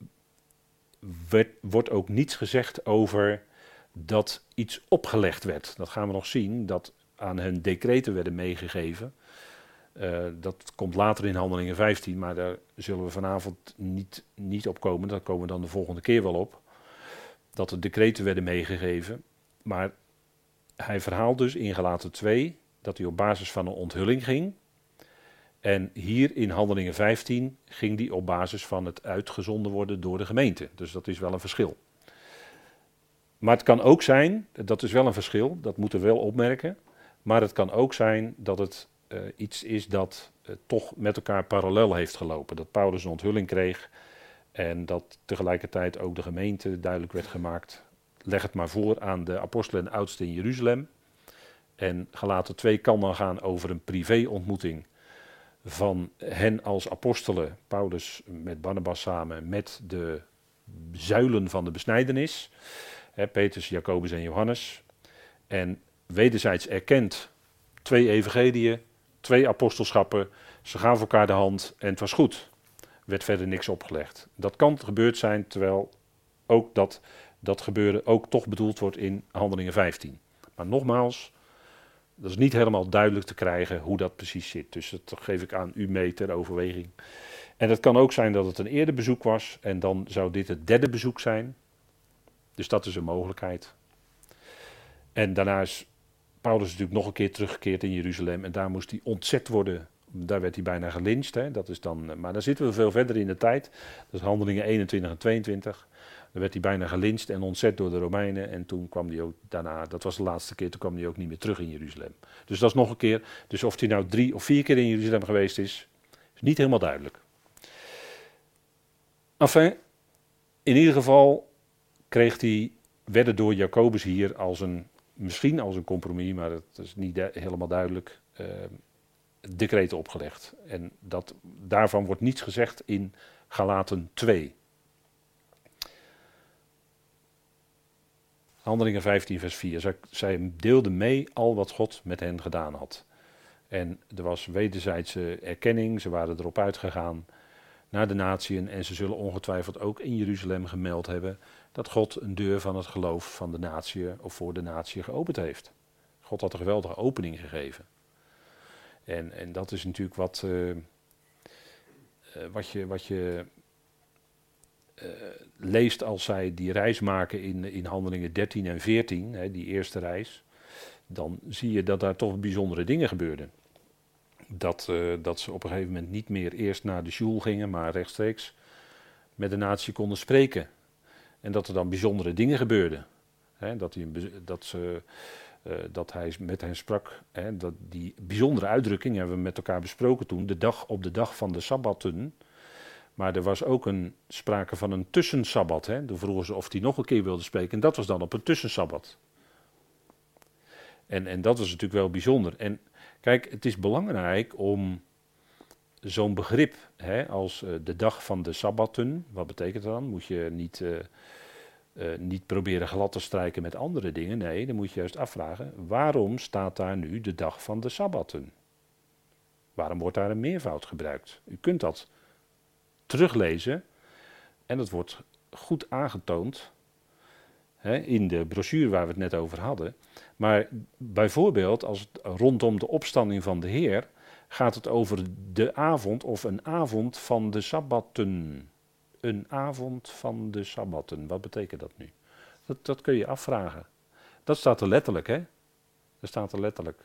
werd, wordt ook niets gezegd over dat iets opgelegd werd. Dat gaan we nog zien, dat aan hen decreten werden meegegeven. Uh, dat komt later in Handelingen vijftien, maar daar zullen we vanavond niet, niet op komen. Daar komen we dan de volgende keer wel op. Dat de decreten werden meegegeven. Maar hij verhaalt dus in Galaten twee dat hij op basis van een onthulling ging. En hier in Handelingen vijftien ging die op basis van het uitgezonden worden door de gemeente. Dus dat is wel een verschil. Maar het kan ook zijn, dat is wel een verschil, dat moeten we wel opmerken. Maar het kan ook zijn dat het uh, iets is dat uh, toch met elkaar parallel heeft gelopen. Dat Paulus een onthulling kreeg en dat tegelijkertijd ook de gemeente duidelijk werd gemaakt. Leg het maar voor aan de apostelen en oudsten in Jeruzalem. En Galaten twee kan dan gaan over een privé-ontmoeting van hen als apostelen, Paulus met Barnabas samen, met de zuilen van de besnijdenis. He, Petrus, Jacobus en Johannes. En wederzijds erkend twee evangeliën, twee apostelschappen. Ze gaven elkaar de hand en het was goed. Er werd verder niks opgelegd. Dat kan gebeurd zijn, terwijl ook dat, dat gebeuren ook toch bedoeld wordt in Handelingen vijftien. Maar nogmaals, dat is niet helemaal duidelijk te krijgen hoe dat precies zit. Dus dat geef ik aan u mee ter overweging. En het kan ook zijn dat het een eerder bezoek was en dan zou dit het derde bezoek zijn. Dus dat is een mogelijkheid. En daarna is Paulus natuurlijk nog een keer teruggekeerd in Jeruzalem. En daar moest hij ontzet worden. Daar werd hij bijna gelyncht. Hè. Dat is dan, maar dan zitten we veel verder in de tijd. Dat is Handelingen eenentwintig en tweeëntwintig. Dan werd hij bijna gelyncht en ontzet door de Romeinen. En toen kwam hij ook daarna, dat was de laatste keer, toen kwam hij ook niet meer terug in Jeruzalem. Dus dat is nog een keer. Dus of hij nou drie of vier keer in Jeruzalem geweest is, is niet helemaal duidelijk. Enfin, in ieder geval kreeg hij, werden door Jacobus hier als een, misschien als een compromis, maar dat is niet de, helemaal duidelijk, uh, decreten opgelegd. En dat, daarvan wordt niets gezegd in Galaten twee. Handelingen vijftien vers vier. Zij, zij deelden mee al wat God met hen gedaan had. En er was wederzijdse erkenning, ze waren erop uitgegaan naar de natieën en ze zullen ongetwijfeld ook in Jeruzalem gemeld hebben dat God een deur van het geloof van de natieën of voor de natieën geopend heeft. God had een geweldige opening gegeven. En, en dat is natuurlijk wat, uh, uh, wat je, wat je uh, leest als zij die reis maken in, in Handelingen dertien en veertien, hè, die eerste reis. Dan zie je dat daar toch bijzondere dingen gebeurden. Dat, uh, dat ze op een gegeven moment niet meer eerst naar de sjoel gingen, maar rechtstreeks met de natie konden spreken. En dat er dan bijzondere dingen gebeurden. Hè, dat, hij, dat, ze, uh, dat hij met hen sprak. Hè, dat die bijzondere uitdrukking hebben we met elkaar besproken toen. De dag op de dag van de sabbatten. Maar er was ook een sprake van een tussensabbat. Hè. Toen vroegen ze of hij nog een keer wilde spreken. En dat was dan op een tussensabbat. En, en dat was natuurlijk wel bijzonder. En kijk, het is belangrijk om zo'n begrip, hè, als uh, de dag van de sabbatten, wat betekent dat dan? Moet je niet, uh, uh, niet proberen glad te strijken met andere dingen. Nee, dan moet je juist afvragen, waarom staat daar nu de dag van de sabbatten? Waarom wordt daar een meervoud gebruikt? U kunt dat teruglezen en dat wordt goed aangetoond hè, in de brochure waar we het net over hadden. Maar bijvoorbeeld als het rondom de opstanding van de Heer gaat het over de avond of een avond van de sabbatten. Een avond van de sabbatten. Wat betekent dat nu? Dat, dat kun je afvragen. Dat staat er letterlijk, hè? Dat staat er letterlijk.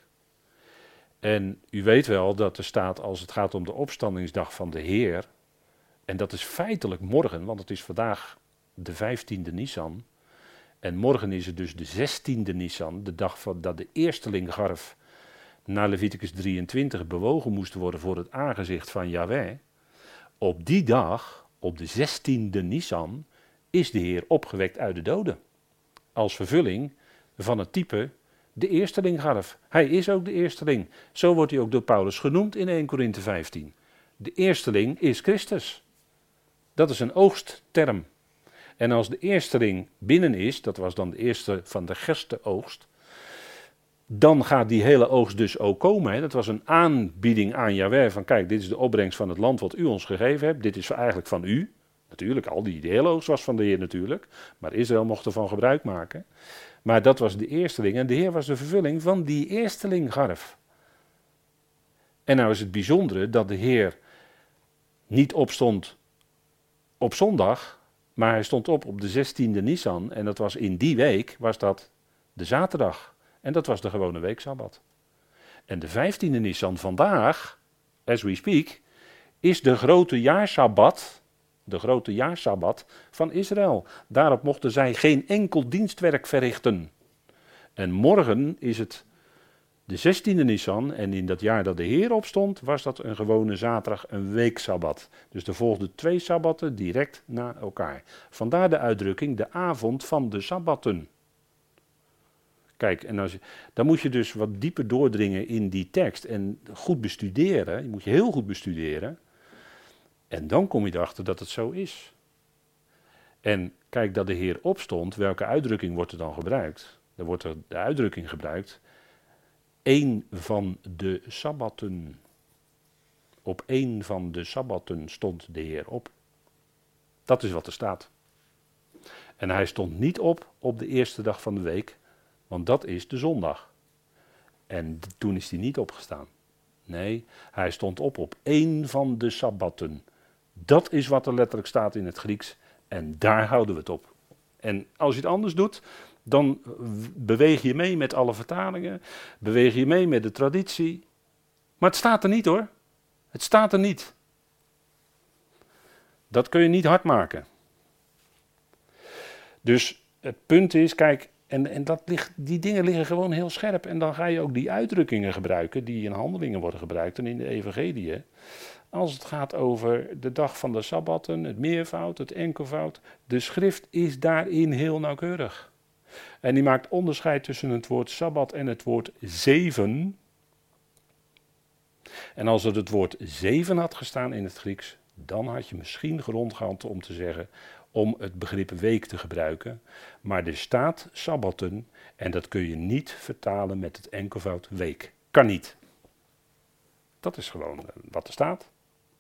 En u weet wel dat er staat als het gaat om de opstandingsdag van de Heer. En dat is feitelijk morgen, want het is vandaag de vijftiende Nisan. En morgen is het dus de zestiende Nisan, de dag van dat de eerstelingarf naar Leviticus drieëntwintig bewogen moest worden voor het aangezicht van Yahweh. Op die dag, op de zestiende Nisan, is de Heer opgewekt uit de doden. Als vervulling van het type de eerstelingarf. Hij is ook de eersteling. Zo wordt hij ook door Paulus genoemd in eerste Korinthe vijftien. De eersteling is Christus. Dat is een oogstterm. En als de eersteling binnen is, dat was dan de eerste van de gerstenoogst, dan gaat die hele oogst dus ook komen. Hè. Dat was een aanbieding aan Jahweh van kijk, dit is de opbrengst van het land wat u ons gegeven hebt. Dit is eigenlijk van u. Natuurlijk, al die de hele oogst was van de Heer natuurlijk. Maar Israël mocht ervan gebruik maken. Maar dat was de eersteling en de Heer was de vervulling van die eerstelinggarf. En nou is het bijzondere dat de Heer niet opstond op zondag, maar hij stond op op de zestiende Nisan. En dat was in die week, was dat de zaterdag. En dat was de gewone weeksabbat. En de vijftiende Nisan vandaag, as we speak, is de grote jaarsabbat, de grote jaarsabbat van Israël. Daarop mochten zij geen enkel dienstwerk verrichten. En morgen is het de zestiende Nisan en in dat jaar dat de Heer opstond, was dat een gewone zaterdag, een weeksabbat. Dus er volgden twee sabbatten direct na elkaar. Vandaar de uitdrukking, de avond van de sabbatten. Kijk, en als je, dan moet je dus wat dieper doordringen in die tekst en goed bestuderen. Je moet je heel goed bestuderen. En dan kom je erachter dat het zo is. En kijk, dat de Heer opstond, welke uitdrukking wordt er dan gebruikt? Er wordt er de uitdrukking gebruikt, één van de sabbatten. Op één van de sabbatten stond de Heer op. Dat is wat er staat. En hij stond niet op op de eerste dag van de week, want dat is de zondag. En toen is hij niet opgestaan. Nee, hij stond op op één van de sabbatten. Dat is wat er letterlijk staat in het Grieks. En daar houden we het op. En als je het anders doet, dan beweeg je mee met alle vertalingen. Beweeg je mee met de traditie. Maar het staat er niet hoor. Het staat er niet. Dat kun je niet hard maken. Dus het punt is, kijk, en, en dat ligt, die dingen liggen gewoon heel scherp. En dan ga je ook die uitdrukkingen gebruiken die in handelingen worden gebruikt en in de evangeliën. Als het gaat over de dag van de sabbatten, het meervoud, het enkelvoud. De schrift is daarin heel nauwkeurig. En die maakt onderscheid tussen het woord sabbat en het woord zeven. En als er het woord zeven had gestaan in het Grieks, dan had je misschien grond gehad om te zeggen, om het begrip week te gebruiken. Maar er staat sabbatten en dat kun je niet vertalen met het enkelvoud week. Kan niet. Dat is gewoon wat er staat.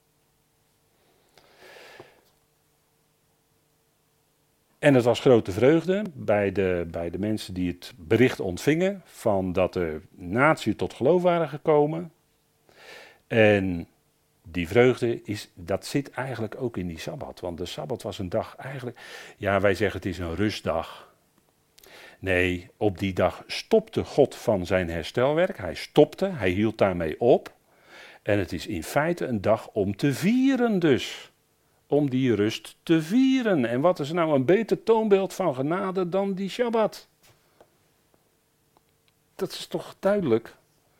En het was grote vreugde bij de, bij de mensen die het bericht ontvingen van dat de natie tot geloof waren gekomen. En die vreugde, is, dat zit eigenlijk ook in die Sabbat. Want de Sabbat was een dag eigenlijk, ja wij zeggen het is een rustdag. Nee, op die dag stopte God van zijn herstelwerk. Hij stopte, hij hield daarmee op. En het is in feite een dag om te vieren dus. Om die rust te vieren. En wat is nou een beter toonbeeld van genade dan die Shabbat? Dat is toch duidelijk?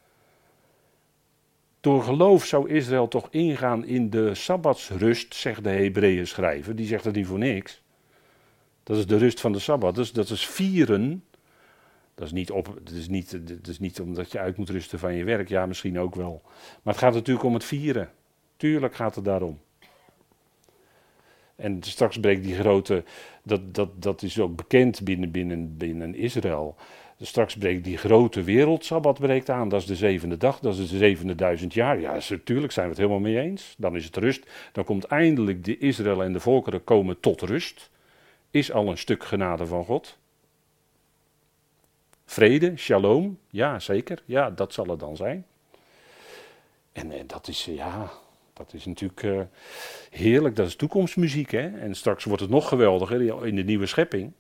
Door geloof zou Israël toch ingaan in de Sabbatsrust, zegt de Hebreeën schrijver. Die zegt dat niet voor niks. Dat is de rust van de Sabbat. Dus dat is vieren. Dat is, niet op, dat, is niet, dat is niet omdat je uit moet rusten van je werk. Ja, misschien ook wel. Maar het gaat natuurlijk om het vieren. Tuurlijk gaat het daarom. En straks breekt die grote, dat, dat, dat is ook bekend binnen, binnen, binnen Israël. Straks breekt die grote wereldsabbat breekt aan. Dat is de zevende dag, dat is de zevende duizend jaar. Ja, natuurlijk zijn we het helemaal mee eens. Dan is het rust. Dan komt eindelijk de Israël en de volkeren komen tot rust. Is al een stuk genade van God. Vrede, shalom, ja zeker. Ja, dat zal het dan zijn. En, en dat is, ja... Dat is natuurlijk uh, heerlijk, dat is toekomstmuziek. Hè? En straks wordt het nog geweldiger in de nieuwe schepping.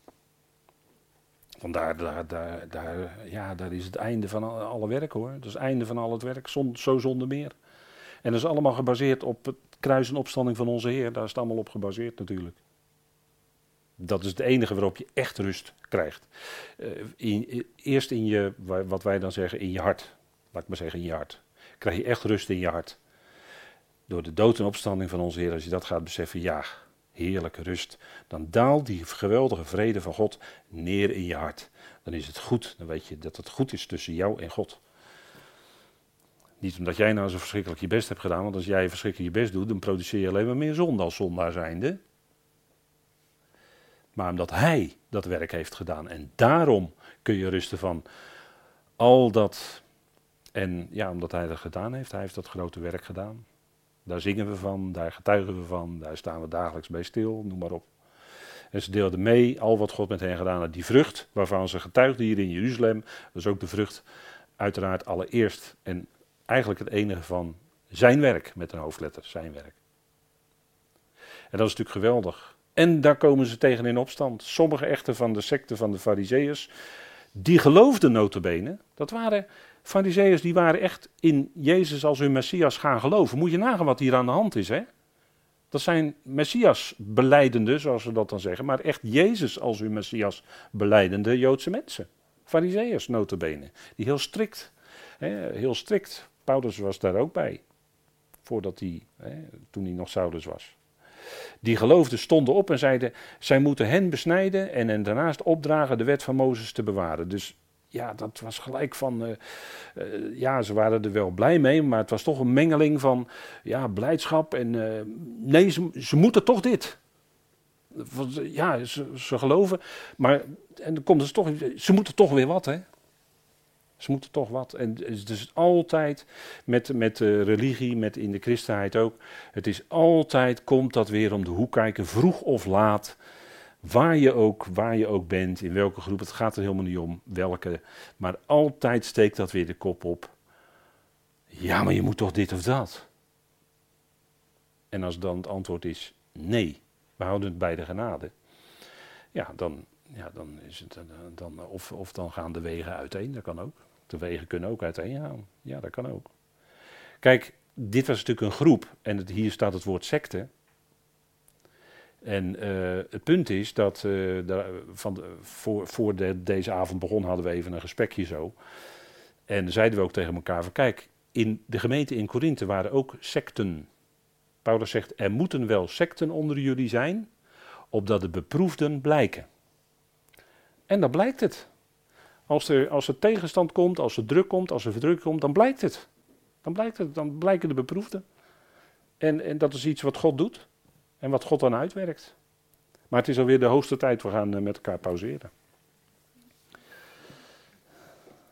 Want daar, daar, daar, daar, ja, daar is het einde van alle werk hoor. Dat is het einde van al het werk, zon, zo zonder meer. En dat is allemaal gebaseerd op het kruis en opstanding van onze Heer. Daar is het allemaal op gebaseerd natuurlijk. Dat is het enige waarop je echt rust krijgt. Uh, in, eerst in je, wat wij dan zeggen, in je hart. Laat ik maar zeggen, in je hart. Krijg je echt rust in je hart. Door de dood en opstanding van onze Heer, als je dat gaat beseffen, ja, heerlijke rust. Dan daalt die geweldige vrede van God neer in je hart. Dan is het goed, dan weet je dat het goed is tussen jou en God. Niet omdat jij nou zo verschrikkelijk je best hebt gedaan, want als jij verschrikkelijk je best doet, dan produceer je alleen maar meer zonde als zondaar zijnde. Maar omdat Hij dat werk heeft gedaan en daarom kun je rusten van, Al dat, en ja, omdat hij dat gedaan heeft, hij heeft dat grote werk gedaan. Daar zingen we van, daar getuigen we van, daar staan we dagelijks bij stil, noem maar op. En ze deelden mee al wat God met hen gedaan had. Die vrucht waarvan ze getuigden hier in Jeruzalem, dat is ook de vrucht uiteraard allereerst en eigenlijk het enige van zijn werk, met een hoofdletter, zijn werk. En dat is natuurlijk geweldig. En daar komen ze tegen in opstand. Sommige echten van de secte van de Farizeeërs, die geloofden nota bene, dat waren Farizeeërs die waren echt in Jezus als hun Messias gaan geloven. Moet je nagaan wat hier aan de hand is, hè? Dat zijn Messias belijdende, zoals we dat dan zeggen, maar echt Jezus als hun Messias belijdende Joodse mensen. Farizeeërs nota bene, die heel strikt, hè, heel strikt, Paulus was daar ook bij, voordat hij, hè, toen hij nog Saulus was. Die geloofden stonden op en zeiden, zij moeten hen besnijden en hen daarnaast opdragen de wet van Mozes te bewaren. Dus ja, dat was gelijk van, uh, uh, ja, ze waren er wel blij mee, maar het was toch een mengeling van, ja, blijdschap en, uh, nee, ze, ze moeten toch dit. Ja, ze, ze geloven, maar, en dan komt het toch, ze moeten toch weer wat, hè. Ze moeten toch wat. En het is altijd met, met uh, religie, met in de christenheid ook. Het is altijd, komt dat weer om de hoek kijken, vroeg of laat. Waar je ook, waar je ook bent, in welke groep, het gaat er helemaal niet om welke. Maar altijd steekt dat weer de kop op. Ja, maar je moet toch dit of dat. En als dan het antwoord is nee, we houden het bij de genade. Ja, dan, ja, dan is het, dan, of, of dan gaan de wegen uiteen, dat kan ook. De wegen kunnen ook uiteen gaan. Ja, dat kan ook. Kijk, dit was natuurlijk een groep. En het, hier staat het woord secte. En uh, het punt is dat uh, de, van de, voor, voor de, deze avond begon hadden we even een gesprekje zo. En dan zeiden we ook tegen elkaar van kijk, in de gemeente in Korinthe waren ook secten. Paulus zegt, er moeten wel secten onder jullie zijn, opdat de beproefden blijken. En dan blijkt het. Als er, als er tegenstand komt, als er druk komt, als er verdrukking komt, dan blijkt het. Dan blijkt het, dan blijken de beproefden. En, en dat is iets wat God doet. En wat God dan uitwerkt. Maar het is alweer de hoogste tijd, we gaan met elkaar pauzeren.